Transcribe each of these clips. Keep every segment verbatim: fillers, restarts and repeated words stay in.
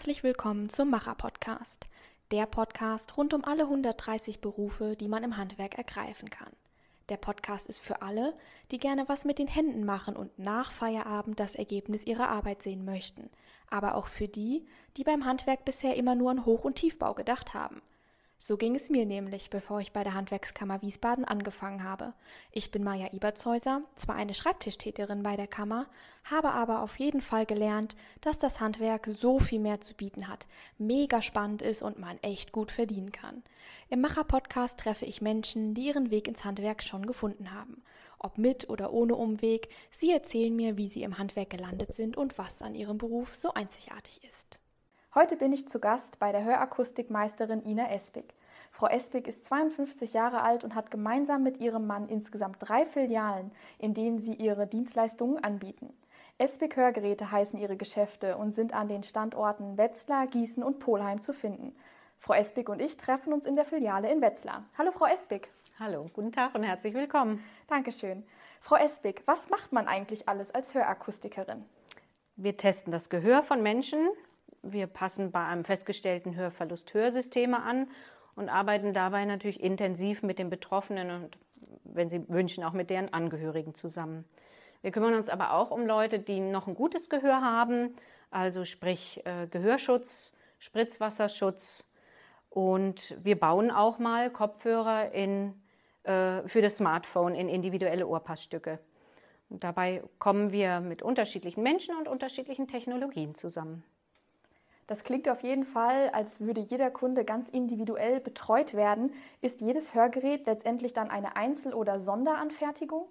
Herzlich willkommen zum Macher-Podcast, der Podcast rund um alle hundertdreißig Berufe, die man im Handwerk ergreifen kann. Der Podcast ist für alle, die gerne was mit den Händen machen und nach Feierabend das Ergebnis ihrer Arbeit sehen möchten, aber auch für die, die beim Handwerk bisher immer nur an Hoch- und Tiefbau gedacht haben. So ging es mir nämlich, bevor ich bei der Handwerkskammer Wiesbaden angefangen habe. Ich bin Maja Ebertshäuser, zwar eine Schreibtischtäterin bei der Kammer, habe aber auf jeden Fall gelernt, dass das Handwerk so viel mehr zu bieten hat, mega spannend ist und man echt gut verdienen kann. Im Macher-Podcast treffe ich Menschen, die ihren Weg ins Handwerk schon gefunden haben. Ob mit oder ohne Umweg, sie erzählen mir, wie sie im Handwerk gelandet sind und was an ihrem Beruf so einzigartig ist. Heute bin ich zu Gast bei der Hörakustikmeisterin Ina Espig. Frau Espig ist zweiundfünfzig Jahre alt und hat gemeinsam mit ihrem Mann insgesamt drei Filialen, in denen sie ihre Dienstleistungen anbieten. Espig Hörgeräte heißen ihre Geschäfte und sind an den Standorten Wetzlar, Gießen und Polheim zu finden. Frau Espig und ich treffen uns in der Filiale in Wetzlar. Hallo Frau Espig. Hallo, guten Tag und herzlich willkommen. Dankeschön. Frau Espig, was macht man eigentlich alles als Hörakustikerin? Wir testen das Gehör von Menschen. Wir passen bei einem festgestellten Hörverlust Hörsysteme an und arbeiten dabei natürlich intensiv mit den Betroffenen und, wenn sie wünschen, auch mit deren Angehörigen zusammen. Wir kümmern uns aber auch um Leute, die noch ein gutes Gehör haben, also sprich äh, Gehörschutz, Spritzwasserschutz, und wir bauen auch mal Kopfhörer in, äh, für das Smartphone in individuelle Ohrpassstücke. Und dabei kommen wir mit unterschiedlichen Menschen und unterschiedlichen Technologien zusammen. Das klingt auf jeden Fall, als würde jeder Kunde ganz individuell betreut werden. Ist jedes Hörgerät letztendlich dann eine Einzel- oder Sonderanfertigung?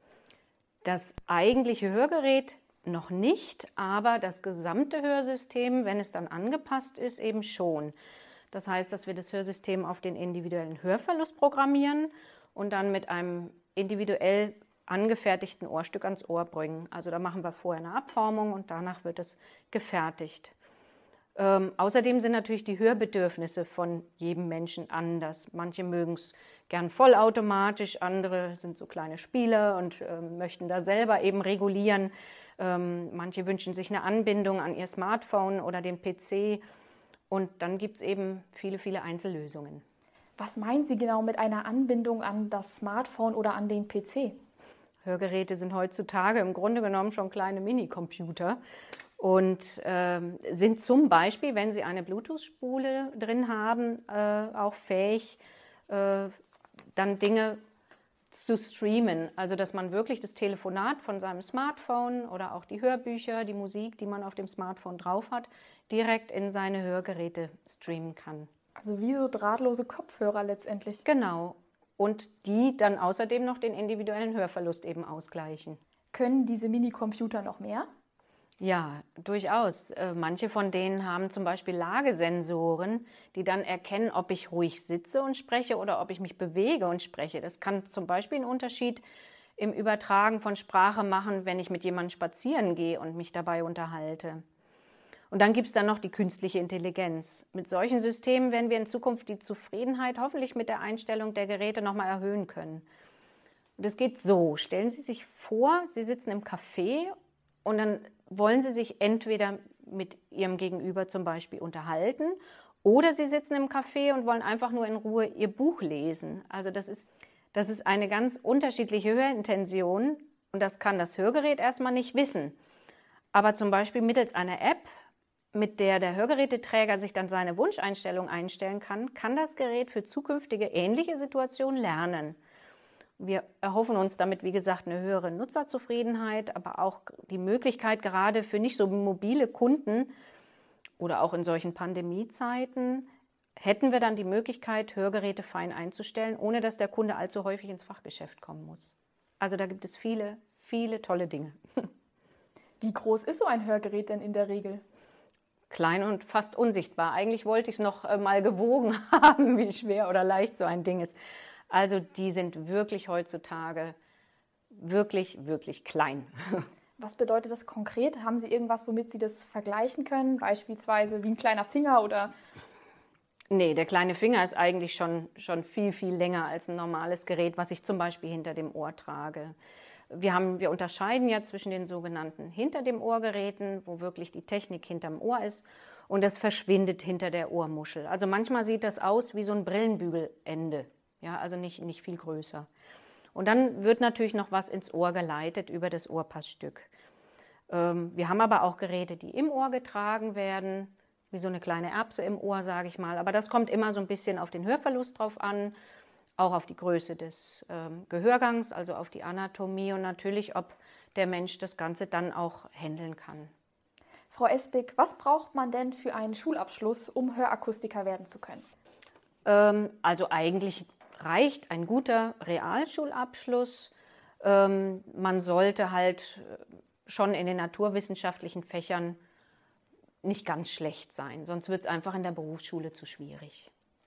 Das eigentliche Hörgerät noch nicht, aber das gesamte Hörsystem, wenn es dann angepasst ist, eben schon. Das heißt, dass wir das Hörsystem auf den individuellen Hörverlust programmieren und dann mit einem individuell angefertigten Ohrstück ans Ohr bringen. Also da machen wir vorher eine Abformung und danach wird es gefertigt. Ähm, außerdem sind natürlich die Hörbedürfnisse von jedem Menschen anders. Manche mögen es gern vollautomatisch, andere sind so kleine Spieler und ähm, möchten da selber eben regulieren. Ähm, manche wünschen sich eine Anbindung an ihr Smartphone oder den P C. Und dann gibt es eben viele, viele Einzellösungen. Was meinen Sie genau mit einer Anbindung an das Smartphone oder an den P C? Hörgeräte sind heutzutage im Grunde genommen schon kleine Minicomputer. Und äh, sind zum Beispiel, wenn Sie eine Bluetooth-Spule drin haben, äh, auch fähig, äh, dann Dinge zu streamen. Also dass man wirklich das Telefonat von seinem Smartphone oder auch die Hörbücher, die Musik, die man auf dem Smartphone drauf hat, direkt in seine Hörgeräte streamen kann. Also wie so drahtlose Kopfhörer letztendlich. Genau. Und die dann außerdem noch den individuellen Hörverlust eben ausgleichen. Können diese Minicomputer noch mehr? Ja, durchaus. Manche von denen haben zum Beispiel Lagesensoren, die dann erkennen, ob ich ruhig sitze und spreche oder ob ich mich bewege und spreche. Das kann zum Beispiel einen Unterschied im Übertragen von Sprache machen, wenn ich mit jemandem spazieren gehe und mich dabei unterhalte. Und dann gibt es dann noch die künstliche Intelligenz. Mit solchen Systemen werden wir in Zukunft die Zufriedenheit hoffentlich mit der Einstellung der Geräte nochmal erhöhen können. Und das geht so. Stellen Sie sich vor, Sie sitzen im Café und dann wollen Sie sich entweder mit Ihrem Gegenüber zum Beispiel unterhalten oder Sie sitzen im Café und wollen einfach nur in Ruhe Ihr Buch lesen. Also das ist, das ist eine ganz unterschiedliche Hörintention und das kann das Hörgerät erstmal nicht wissen. Aber zum Beispiel mittels einer App, mit der der Hörgeräteträger sich dann seine Wunscheinstellung einstellen kann, kann das Gerät für zukünftige ähnliche Situationen lernen. Wir erhoffen uns damit, wie gesagt, eine höhere Nutzerzufriedenheit, aber auch die Möglichkeit, gerade für nicht so mobile Kunden oder auch in solchen Pandemiezeiten, hätten wir dann die Möglichkeit, Hörgeräte fein einzustellen, ohne dass der Kunde allzu häufig ins Fachgeschäft kommen muss. Also da gibt es viele, viele tolle Dinge. Wie groß ist so ein Hörgerät denn in der Regel? Klein und fast unsichtbar. Eigentlich wollte ich es noch mal gewogen haben, wie schwer oder leicht so ein Ding ist. Also die sind wirklich heutzutage wirklich, wirklich klein. Was bedeutet das konkret? Haben Sie irgendwas, womit Sie das vergleichen können? Beispielsweise wie ein kleiner Finger oder? Nee, der kleine Finger ist eigentlich schon, schon viel, viel länger als ein normales Gerät, was ich zum Beispiel hinter dem Ohr trage. Wir haben, wir unterscheiden ja zwischen den sogenannten hinter dem Ohr-Geräten, wo wirklich die Technik hinterm Ohr ist, und das verschwindet hinter der Ohrmuschel. Also manchmal sieht das aus wie so ein Brillenbügelende, ja, also nicht, nicht viel größer. Und dann wird natürlich noch was ins Ohr geleitet über das Ohrpassstück. Ähm, wir haben aber auch Geräte, die im Ohr getragen werden, wie so eine kleine Erbse im Ohr, sage ich mal. Aber das kommt immer so ein bisschen auf den Hörverlust drauf an, auch auf die Größe des ähm, Gehörgangs, also auf die Anatomie und natürlich, ob der Mensch das Ganze dann auch handeln kann. Frau Espig, was braucht man denn für einen Schulabschluss, um Hörakustiker werden zu können? Ähm, also eigentlich reicht ein guter Realschulabschluss. Ähm, man sollte halt schon in den naturwissenschaftlichen Fächern nicht ganz schlecht sein, sonst wird es einfach in der Berufsschule zu schwierig.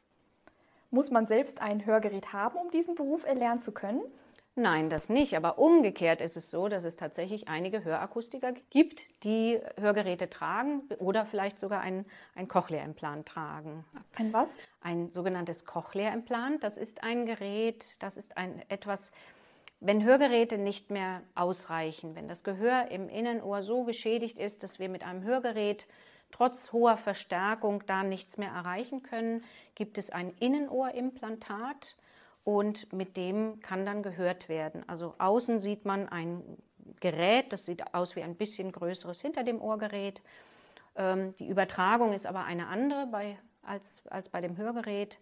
Muss man selbst ein Hörgerät haben, um diesen Beruf erlernen zu können? Nein, das nicht, aber umgekehrt ist es so, dass es tatsächlich einige Hörakustiker gibt, die Hörgeräte tragen oder vielleicht sogar ein, ein Cochlea-Implant tragen. Ein was? Ein sogenanntes Cochlea-Implant, das ist ein Gerät, das ist ein etwas, wenn Hörgeräte nicht mehr ausreichen, wenn das Gehör im Innenohr so geschädigt ist, dass wir mit einem Hörgerät trotz hoher Verstärkung da nichts mehr erreichen können, gibt es ein Innenohrimplantat und mit dem kann dann gehört werden. Also außen sieht man ein Gerät, das sieht aus wie ein bisschen größeres hinter dem Ohrgerät. Ähm, die Übertragung ist aber eine andere bei, als, als bei dem Hörgerät.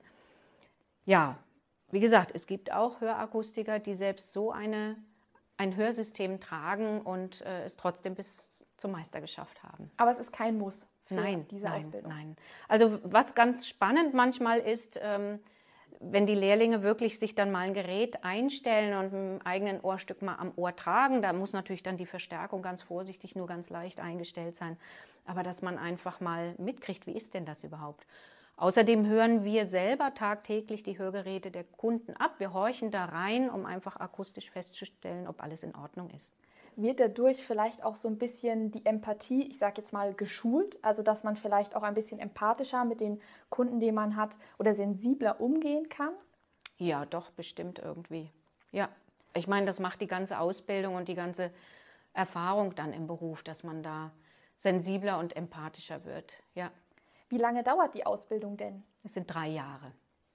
Ja, wie gesagt, es gibt auch Hörakustiker, die selbst so eine, ein Hörsystem tragen und äh, es trotzdem bis zum Meister geschafft haben. Aber es ist kein Muss für nein, diese nein, Ausbildung? Nein, also was ganz spannend manchmal ist, ähm, wenn die Lehrlinge wirklich sich dann mal ein Gerät einstellen und ein eigenen Ohrstück mal am Ohr tragen, da muss natürlich dann die Verstärkung ganz vorsichtig, nur ganz leicht eingestellt sein. Aber dass man einfach mal mitkriegt, wie ist denn das überhaupt? Außerdem hören wir selber tagtäglich die Hörgeräte der Kunden ab. Wir horchen da rein, um einfach akustisch festzustellen, ob alles in Ordnung ist. Wird dadurch vielleicht auch so ein bisschen die Empathie, ich sage jetzt mal, geschult? Also dass man vielleicht auch ein bisschen empathischer mit den Kunden, die man hat, oder sensibler umgehen kann? Ja, doch, bestimmt irgendwie. Ja, ich meine, das macht die ganze Ausbildung und die ganze Erfahrung dann im Beruf, dass man da sensibler und empathischer wird. Ja. Wie lange dauert die Ausbildung denn? Es sind drei Jahre.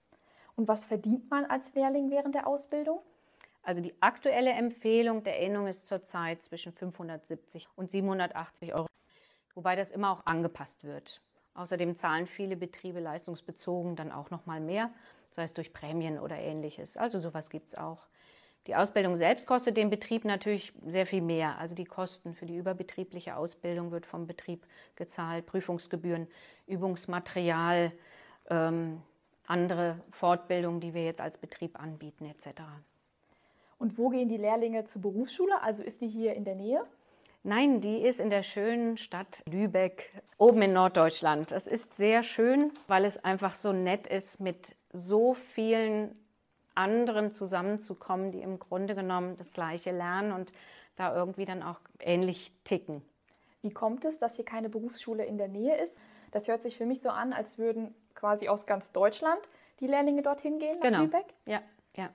Und was verdient man als Lehrling während der Ausbildung? Also die aktuelle Empfehlung der Innung ist zurzeit zwischen fünfhundertsiebzig und siebenhundertachtzig Euro, wobei das immer auch angepasst wird. Außerdem zahlen viele Betriebe leistungsbezogen dann auch noch mal mehr, sei es durch Prämien oder Ähnliches. Also sowas gibt es auch. Die Ausbildung selbst kostet den Betrieb natürlich sehr viel mehr. Also die Kosten für die überbetriebliche Ausbildung wird vom Betrieb gezahlt, Prüfungsgebühren, Übungsmaterial, ähm, andere Fortbildungen, die wir jetzt als Betrieb anbieten et cetera. Und wo gehen die Lehrlinge zur Berufsschule? Also ist die hier in der Nähe? Nein, die ist in der schönen Stadt Lübeck, oben in Norddeutschland. Es ist sehr schön, weil es einfach so nett ist, mit so vielen anderen zusammenzukommen, die im Grunde genommen das Gleiche lernen und da irgendwie dann auch ähnlich ticken. Wie kommt es, dass hier keine Berufsschule in der Nähe ist? Das hört sich für mich so an, als würden quasi aus ganz Deutschland die Lehrlinge dorthin gehen, nach genau. Lübeck? Ja, ja.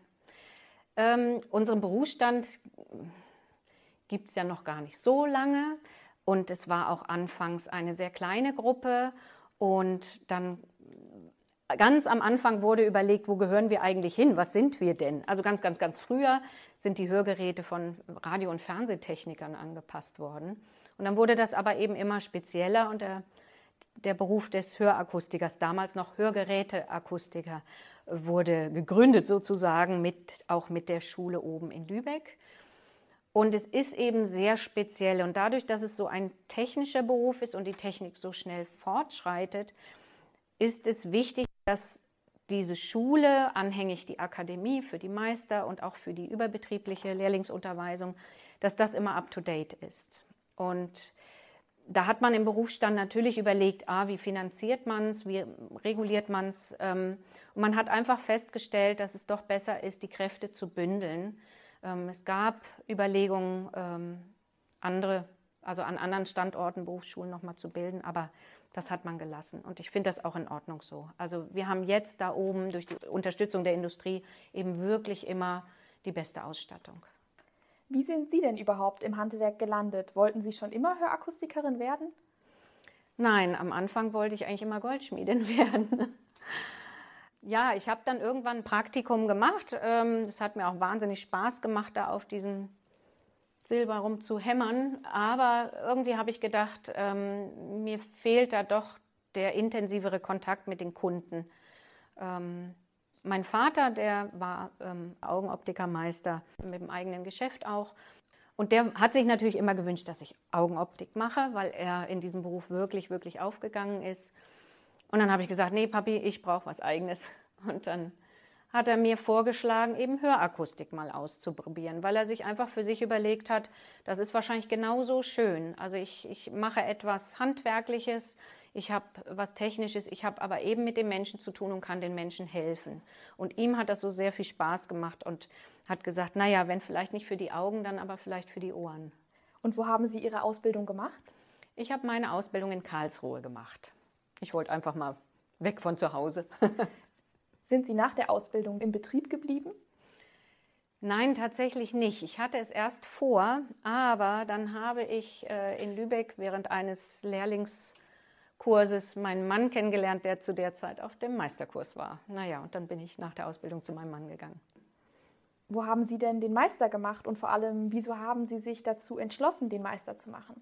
Ähm, unseren Berufsstand gibt es ja noch gar nicht so lange und es war auch anfangs eine sehr kleine Gruppe und dann ganz am Anfang wurde überlegt, wo gehören wir eigentlich hin, was sind wir denn? Also ganz, ganz, ganz früher sind die Hörgeräte von Radio- und Fernsehtechnikern angepasst worden und dann wurde das aber eben immer spezieller und der, der Beruf des Hörakustikers, damals noch Hörgeräteakustiker, wurde gegründet sozusagen, mit, auch mit der Schule oben in Lübeck. Und es ist eben sehr speziell. Und dadurch, dass es so ein technischer Beruf ist und die Technik so schnell fortschreitet, ist es wichtig, dass diese Schule, anhängig die Akademie für die Meister und auch für die überbetriebliche Lehrlingsunterweisung, dass das immer up-to-date ist. Und da hat man im Berufsstand natürlich überlegt, ah, wie finanziert man es, wie reguliert man es. Ähm, und man hat einfach festgestellt, dass es doch besser ist, die Kräfte zu bündeln. Ähm, es gab Überlegungen, ähm, andere, also an anderen Standorten Berufsschulen nochmal zu bilden, aber Das hat man gelassen und ich finde das auch in Ordnung so. Also wir haben jetzt da oben durch die Unterstützung der Industrie eben wirklich immer die beste Ausstattung. Wie sind Sie denn überhaupt im Handwerk gelandet? Wollten Sie schon immer Hörakustikerin werden? Nein, am Anfang wollte ich eigentlich immer Goldschmiedin werden. Ja, ich habe dann irgendwann ein Praktikum gemacht. Das hat mir auch wahnsinnig Spaß gemacht, da auf diesem Silber rum zu hämmern, aber irgendwie habe ich gedacht, ähm, mir fehlt da doch der intensivere Kontakt mit den Kunden. Ähm, mein Vater, der war ähm, Augenoptikermeister mit dem eigenen Geschäft auch und der hat sich natürlich immer gewünscht, dass ich Augenoptik mache, weil er in diesem Beruf wirklich, wirklich aufgegangen ist. Und dann habe ich gesagt, nee Papi, ich brauche was Eigenes. Und dann hat er mir vorgeschlagen, eben Hörakustik mal auszuprobieren, weil er sich einfach für sich überlegt hat, das ist wahrscheinlich genauso schön. Also ich, ich mache etwas Handwerkliches, ich habe was Technisches, ich habe aber eben mit den Menschen zu tun und kann den Menschen helfen. Und ihm hat das so sehr viel Spaß gemacht und hat gesagt, naja, wenn vielleicht nicht für die Augen, dann aber vielleicht für die Ohren. Und wo haben Sie Ihre Ausbildung gemacht? Ich habe meine Ausbildung in Karlsruhe gemacht. Ich wollte einfach mal weg von zu Hause. Sind Sie nach der Ausbildung im Betrieb geblieben? Nein, tatsächlich nicht. Ich hatte es erst vor, aber dann habe ich äh, in Lübeck während eines Lehrlingskurses meinen Mann kennengelernt, der zu der Zeit auf dem Meisterkurs war. Naja, und dann bin ich nach der Ausbildung zu meinem Mann gegangen. Wo haben Sie denn den Meister gemacht und vor allem, wieso haben Sie sich dazu entschlossen, den Meister zu machen?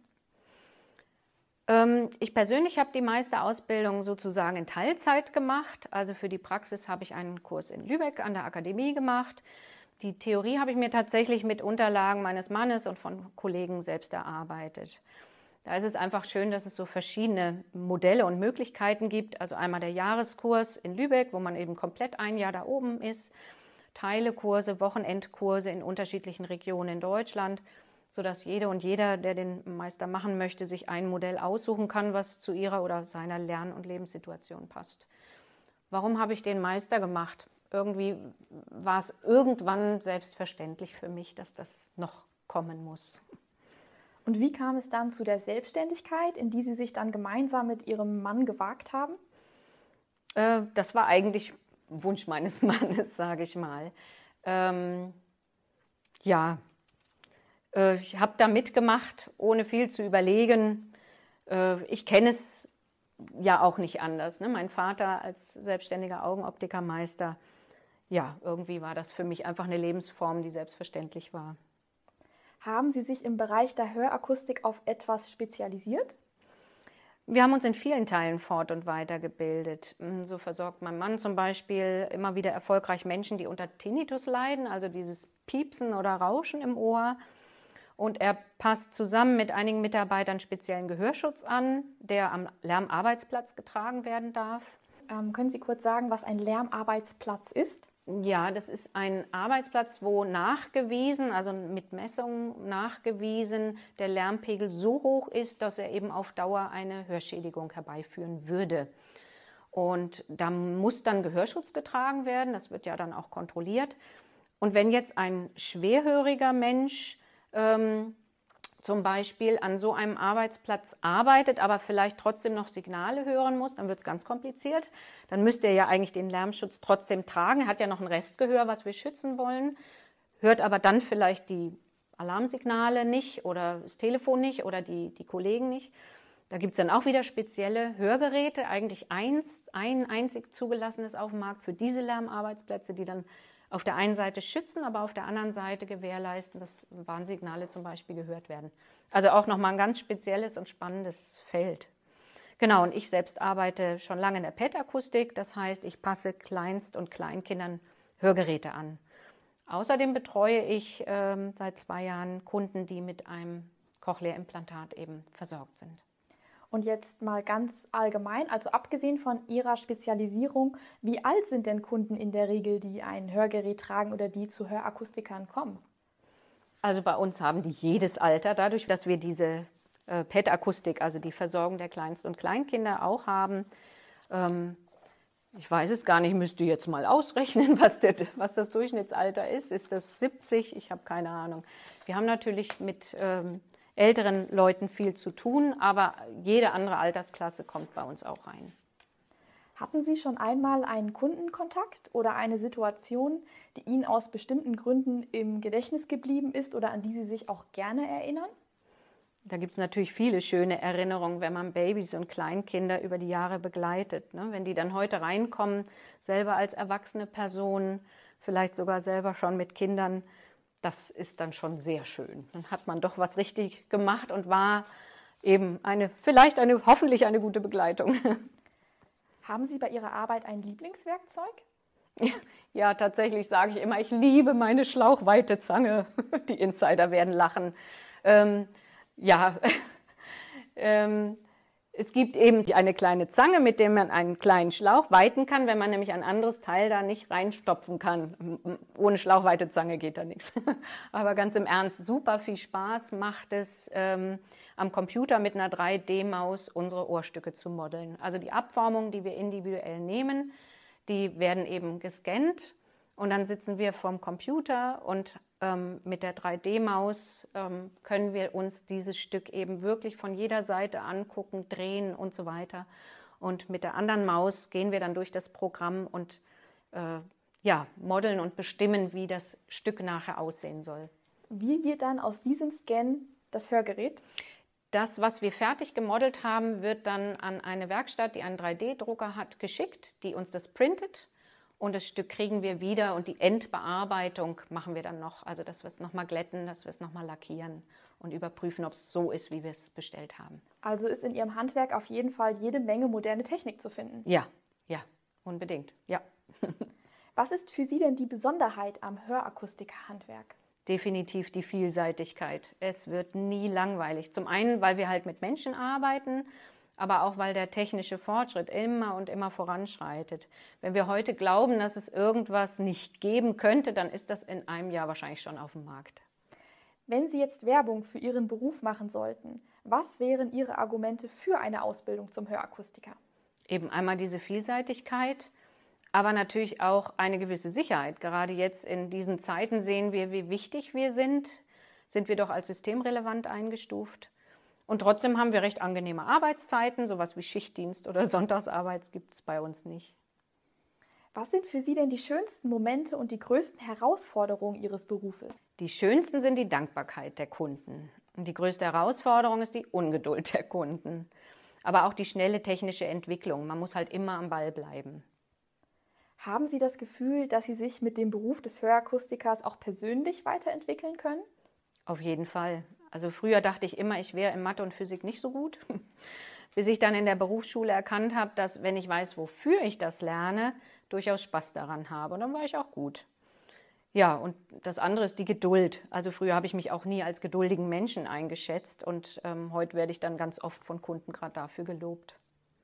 Ich persönlich habe die Meisterausbildung sozusagen in Teilzeit gemacht. Also für die Praxis habe ich einen Kurs in Lübeck an der Akademie gemacht. Die Theorie habe ich mir tatsächlich mit Unterlagen meines Mannes und von Kollegen selbst erarbeitet. Da ist es einfach schön, dass es so verschiedene Modelle und Möglichkeiten gibt. Also einmal der Jahreskurs in Lübeck, wo man eben komplett ein Jahr da oben ist. Teilekurse, Wochenendkurse in unterschiedlichen Regionen in Deutschland, sodass jede und jeder, der den Meister machen möchte, sich ein Modell aussuchen kann, was zu ihrer oder seiner Lern- und Lebenssituation passt. Warum habe ich den Meister gemacht? Irgendwie war es irgendwann selbstverständlich für mich, dass das noch kommen muss. Und wie kam es dann zu der Selbstständigkeit, in die Sie sich dann gemeinsam mit Ihrem Mann gewagt haben? Äh, das war eigentlich Wunsch meines Mannes, sage ich mal. Ähm, ja, Ich habe da mitgemacht, ohne viel zu überlegen. Ich kenne es ja auch nicht anders. Ne? Mein Vater als selbstständiger Augenoptikermeister, ja, irgendwie war das für mich einfach eine Lebensform, die selbstverständlich war. Haben Sie sich im Bereich der Hörakustik auf etwas spezialisiert? Wir haben uns in vielen Teilen fort- und weitergebildet. So versorgt mein Mann zum Beispiel immer wieder erfolgreich Menschen, die unter Tinnitus leiden, also dieses Piepsen oder Rauschen im Ohr. Und er passt zusammen mit einigen Mitarbeitern speziellen Gehörschutz an, der am Lärmarbeitsplatz getragen werden darf. Ähm, können Sie kurz sagen, was ein Lärmarbeitsplatz ist? Ja, das ist ein Arbeitsplatz, wo nachgewiesen, also mit Messungen nachgewiesen, der Lärmpegel so hoch ist, dass er eben auf Dauer eine Hörschädigung herbeiführen würde. Und da muss dann Gehörschutz getragen werden, das wird ja dann auch kontrolliert. Und wenn jetzt ein schwerhöriger Mensch ähm, zum Beispiel an so einem Arbeitsplatz arbeitet, aber vielleicht trotzdem noch Signale hören muss, dann wird es ganz kompliziert. Dann müsste er ja eigentlich den Lärmschutz trotzdem tragen. Er hat ja noch ein Restgehör, was wir schützen wollen, hört aber dann vielleicht die Alarmsignale nicht oder das Telefon nicht oder die, die Kollegen nicht. Da gibt es dann auch wieder spezielle Hörgeräte, eigentlich eins, ein einzig zugelassenes auf dem Markt für diese Lärmarbeitsplätze, die dann auf der einen Seite schützen, aber auf der anderen Seite gewährleisten, dass Warnsignale zum Beispiel gehört werden. Also auch nochmal ein ganz spezielles und spannendes Feld. Genau, und ich selbst arbeite schon lange in der P E T-Akustik, das heißt, ich passe Kleinst- und Kleinkindern Hörgeräte an. Außerdem betreue ich ähm, seit zwei Jahren Kunden, die mit einem Cochlea-Implantat eben versorgt sind. Und jetzt mal ganz allgemein, also abgesehen von Ihrer Spezialisierung, wie alt sind denn Kunden in der Regel, die ein Hörgerät tragen oder die zu Hörakustikern kommen? Also bei uns haben die jedes Alter, dadurch, dass wir diese äh, P E T-Akustik, also die Versorgung der Kleinst- und Kleinkinder auch haben. Ähm, ich weiß es gar nicht, müsste jetzt mal ausrechnen, was, der, was das Durchschnittsalter ist. Ist das siebzig? Ich habe keine Ahnung. Wir haben natürlich mit ähm, älteren Leuten viel zu tun, aber jede andere Altersklasse kommt bei uns auch rein. Hatten Sie schon einmal einen Kundenkontakt oder eine Situation, die Ihnen aus bestimmten Gründen im Gedächtnis geblieben ist oder an die Sie sich auch gerne erinnern? Da gibt es natürlich viele schöne Erinnerungen, wenn man Babys und Kleinkinder über die Jahre begleitet. Ne? Wenn die dann heute reinkommen, selber als erwachsene Person, vielleicht sogar selber schon mit Kindern, das ist dann schon sehr schön. Dann hat man doch was richtig gemacht und war eben eine, vielleicht eine, hoffentlich eine gute Begleitung. Haben Sie bei Ihrer Arbeit ein Lieblingswerkzeug? Ja, ja, tatsächlich sage ich immer, ich liebe meine Schlauchweitezange. Die Insider werden lachen. Ähm, ja, ähm, es gibt eben eine kleine Zange, mit der man einen kleinen Schlauch weiten kann, wenn man nämlich ein anderes Teil da nicht reinstopfen kann. Ohne Schlauchweitezange geht da nichts. Aber ganz im Ernst, super viel Spaß macht es, ähm, am Computer mit einer drei D Maus unsere Ohrstücke zu modeln. Also die Abformungen, die wir individuell nehmen, die werden eben gescannt und dann sitzen wir vorm Computer und ähm, mit der drei D Maus ähm, können wir uns dieses Stück eben wirklich von jeder Seite angucken, drehen und so weiter. Und mit der anderen Maus gehen wir dann durch das Programm und äh, ja, modeln und bestimmen, wie das Stück nachher aussehen soll. Wie wird dann aus diesem Scan das Hörgerät? Das, was wir fertig gemodelt haben, wird dann an eine Werkstatt, die einen drei D Drucker hat, geschickt, die uns das printet. Und das Stück kriegen wir wieder und die Endbearbeitung machen wir dann noch. Also, dass wir es nochmal glätten, dass wir es nochmal lackieren und überprüfen, ob es so ist, wie wir es bestellt haben. Also ist in Ihrem Handwerk auf jeden Fall jede Menge moderne Technik zu finden. Ja, ja, unbedingt, ja. Was ist für Sie denn die Besonderheit am Hörakustiker-Handwerk? Definitiv die Vielseitigkeit. Es wird nie langweilig. Zum einen, weil wir halt mit Menschen arbeiten, aber auch, weil der technische Fortschritt immer und immer voranschreitet. Wenn wir heute glauben, dass es irgendwas nicht geben könnte, dann ist das in einem Jahr wahrscheinlich schon auf dem Markt. Wenn Sie jetzt Werbung für Ihren Beruf machen sollten, was wären Ihre Argumente für eine Ausbildung zum Hörakustiker? Eben einmal diese Vielseitigkeit, aber natürlich auch eine gewisse Sicherheit. Gerade jetzt in diesen Zeiten sehen wir, wie wichtig wir sind. Sind wir doch als systemrelevant eingestuft. Und trotzdem haben wir recht angenehme Arbeitszeiten. Sowas wie Schichtdienst oder Sonntagsarbeit gibt es bei uns nicht. Was sind für Sie denn die schönsten Momente und die größten Herausforderungen Ihres Berufes? Die schönsten sind die Dankbarkeit der Kunden. Und die größte Herausforderung ist die Ungeduld der Kunden. Aber auch die schnelle technische Entwicklung. Man muss halt immer am Ball bleiben. Haben Sie das Gefühl, dass Sie sich mit dem Beruf des Hörakustikers auch persönlich weiterentwickeln können? Auf jeden Fall. Also früher dachte ich immer, ich wäre in Mathe und Physik nicht so gut, bis ich dann in der Berufsschule erkannt habe, dass, wenn ich weiß, wofür ich das lerne, durchaus Spaß daran habe. Und dann war ich auch gut. Ja, und das andere ist die Geduld. Also früher habe ich mich auch nie als geduldigen Menschen eingeschätzt und ähm, heute werde ich dann ganz oft von Kunden gerade dafür gelobt.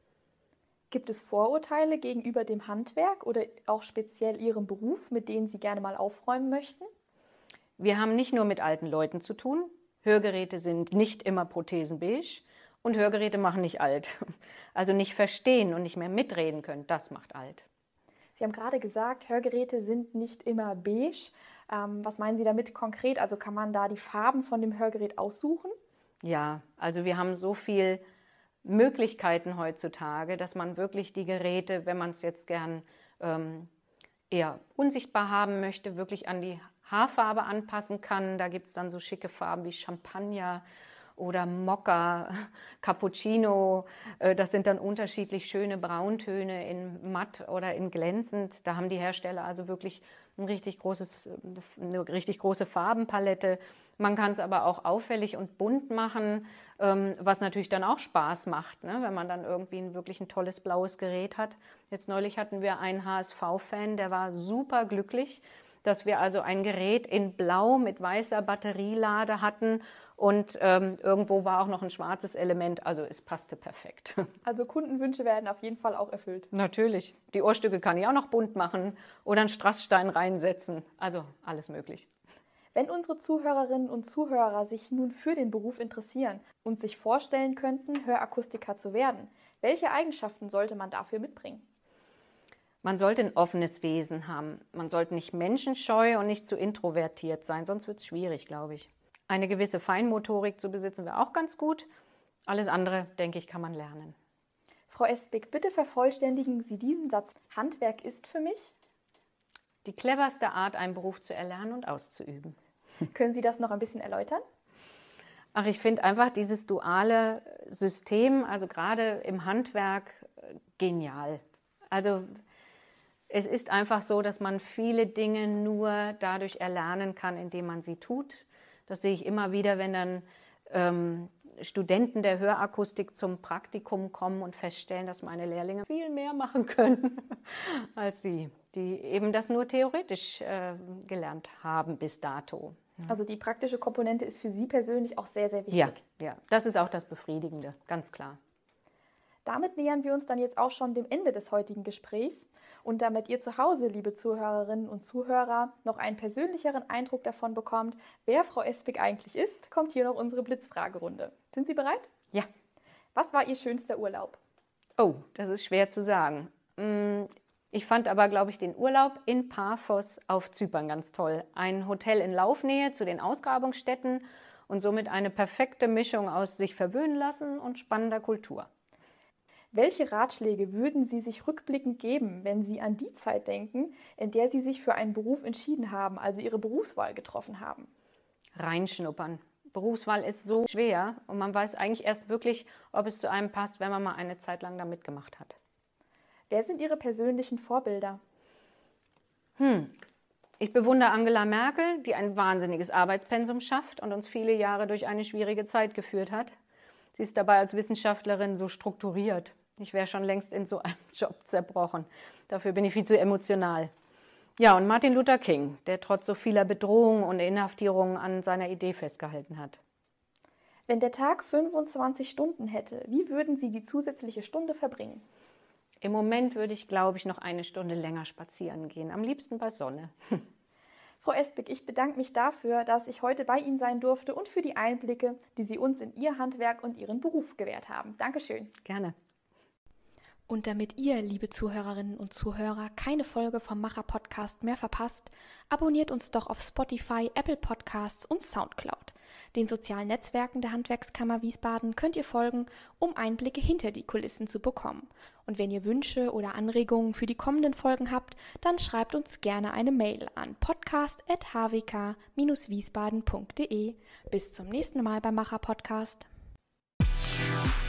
Gibt es Vorurteile gegenüber dem Handwerk oder auch speziell Ihrem Beruf, mit denen Sie gerne mal aufräumen möchten? Wir haben nicht nur mit alten Leuten zu tun. Hörgeräte sind nicht immer prothesenbeige und Hörgeräte machen nicht alt. Also nicht verstehen und nicht mehr mitreden können, das macht alt. Sie haben gerade gesagt, Hörgeräte sind nicht immer beige. Ähm, was meinen Sie damit konkret? Also kann man da die Farben von dem Hörgerät aussuchen? Ja, also wir haben so viel Möglichkeiten heutzutage, dass man wirklich die Geräte, wenn man es jetzt gern ähm, eher unsichtbar haben möchte, wirklich an die Haarfarbe anpassen kann. Da gibt es dann so schicke Farben wie Champagner oder Mokka, Cappuccino. Das sind dann unterschiedlich schöne Brauntöne in matt oder in glänzend. Da haben die Hersteller also wirklich ein richtig großes, eine richtig große Farbenpalette. Man kann es aber auch auffällig und bunt machen, was natürlich dann auch Spaß macht, ne? Wenn man dann irgendwie ein wirklich ein tolles blaues Gerät hat. Jetzt neulich hatten wir einen H S V-Fan, der war super glücklich, dass wir also ein Gerät in Blau mit weißer Batterielade hatten und ähm, irgendwo war auch noch ein schwarzes Element, also es passte perfekt. Also Kundenwünsche werden auf jeden Fall auch erfüllt. Natürlich. Die Ohrstücke kann ich auch noch bunt machen oder einen Strassstein reinsetzen, also alles möglich. Wenn unsere Zuhörerinnen und Zuhörer sich nun für den Beruf interessieren und sich vorstellen könnten, Hörakustiker zu werden, welche Eigenschaften sollte man dafür mitbringen? Man sollte ein offenes Wesen haben. Man sollte nicht menschenscheu und nicht zu introvertiert sein, sonst wird es schwierig, glaube ich. Eine gewisse Feinmotorik zu besitzen wäre auch ganz gut. Alles andere, denke ich, kann man lernen. Frau Espig, bitte vervollständigen Sie diesen Satz. Handwerk ist für mich? Die cleverste Art, einen Beruf zu erlernen und auszuüben. Können Sie das noch ein bisschen erläutern? Ach, ich finde einfach dieses duale System, also gerade im Handwerk, genial. Also es ist einfach so, dass man viele Dinge nur dadurch erlernen kann, indem man sie tut. Das sehe ich immer wieder, wenn dann ähm, Studenten der Hörakustik zum Praktikum kommen und feststellen, dass meine Lehrlinge viel mehr machen können als sie, die eben das nur theoretisch äh, gelernt haben bis dato. Also die praktische Komponente ist für Sie persönlich auch sehr, sehr wichtig. Ja, ja, das ist auch das Befriedigende, ganz klar. Damit nähern wir uns dann jetzt auch schon dem Ende des heutigen Gesprächs. Und damit ihr zu Hause, liebe Zuhörerinnen und Zuhörer, noch einen persönlicheren Eindruck davon bekommt, wer Frau Espig eigentlich ist, kommt hier noch unsere Blitzfragerunde. Sind Sie bereit? Ja. Was war Ihr schönster Urlaub? Oh, das ist schwer zu sagen. Ich fand aber, glaube ich, den Urlaub in Paphos auf Zypern ganz toll. Ein Hotel in Laufnähe zu den Ausgrabungsstätten und somit eine perfekte Mischung aus sich verwöhnen lassen und spannender Kultur. Welche Ratschläge würden Sie sich rückblickend geben, wenn Sie an die Zeit denken, in der Sie sich für einen Beruf entschieden haben, also Ihre Berufswahl getroffen haben? Reinschnuppern. Berufswahl ist so schwer und man weiß eigentlich erst wirklich, ob es zu einem passt, wenn man mal eine Zeit lang da mitgemacht hat. Wer sind Ihre persönlichen Vorbilder? Hm. Ich bewundere Angela Merkel, die ein wahnsinniges Arbeitspensum schafft und uns viele Jahre durch eine schwierige Zeit geführt hat. Sie ist dabei als Wissenschaftlerin so strukturiert. Ich wäre schon längst in so einem Job zerbrochen. Dafür bin ich viel zu emotional. Ja, und Martin Luther King, der trotz so vieler Bedrohungen und Inhaftierungen an seiner Idee festgehalten hat. Wenn der Tag fünfundzwanzig Stunden hätte, wie würden Sie die zusätzliche Stunde verbringen? Im Moment würde ich, glaube ich, noch eine Stunde länger spazieren gehen. Am liebsten bei Sonne. Frau Espig, ich bedanke mich dafür, dass ich heute bei Ihnen sein durfte und für die Einblicke, die Sie uns in Ihr Handwerk und Ihren Beruf gewährt haben. Dankeschön. Gerne. Und damit ihr, liebe Zuhörerinnen und Zuhörer, keine Folge vom Macher-Podcast mehr verpasst, abonniert uns doch auf Spotify, Apple Podcasts und Soundcloud. Den sozialen Netzwerken der Handwerkskammer Wiesbaden könnt ihr folgen, um Einblicke hinter die Kulissen zu bekommen. Und wenn ihr Wünsche oder Anregungen für die kommenden Folgen habt, dann schreibt uns gerne eine Mail an podcast at h w k dash wiesbaden punkt d e. Bis zum nächsten Mal beim Macher-Podcast.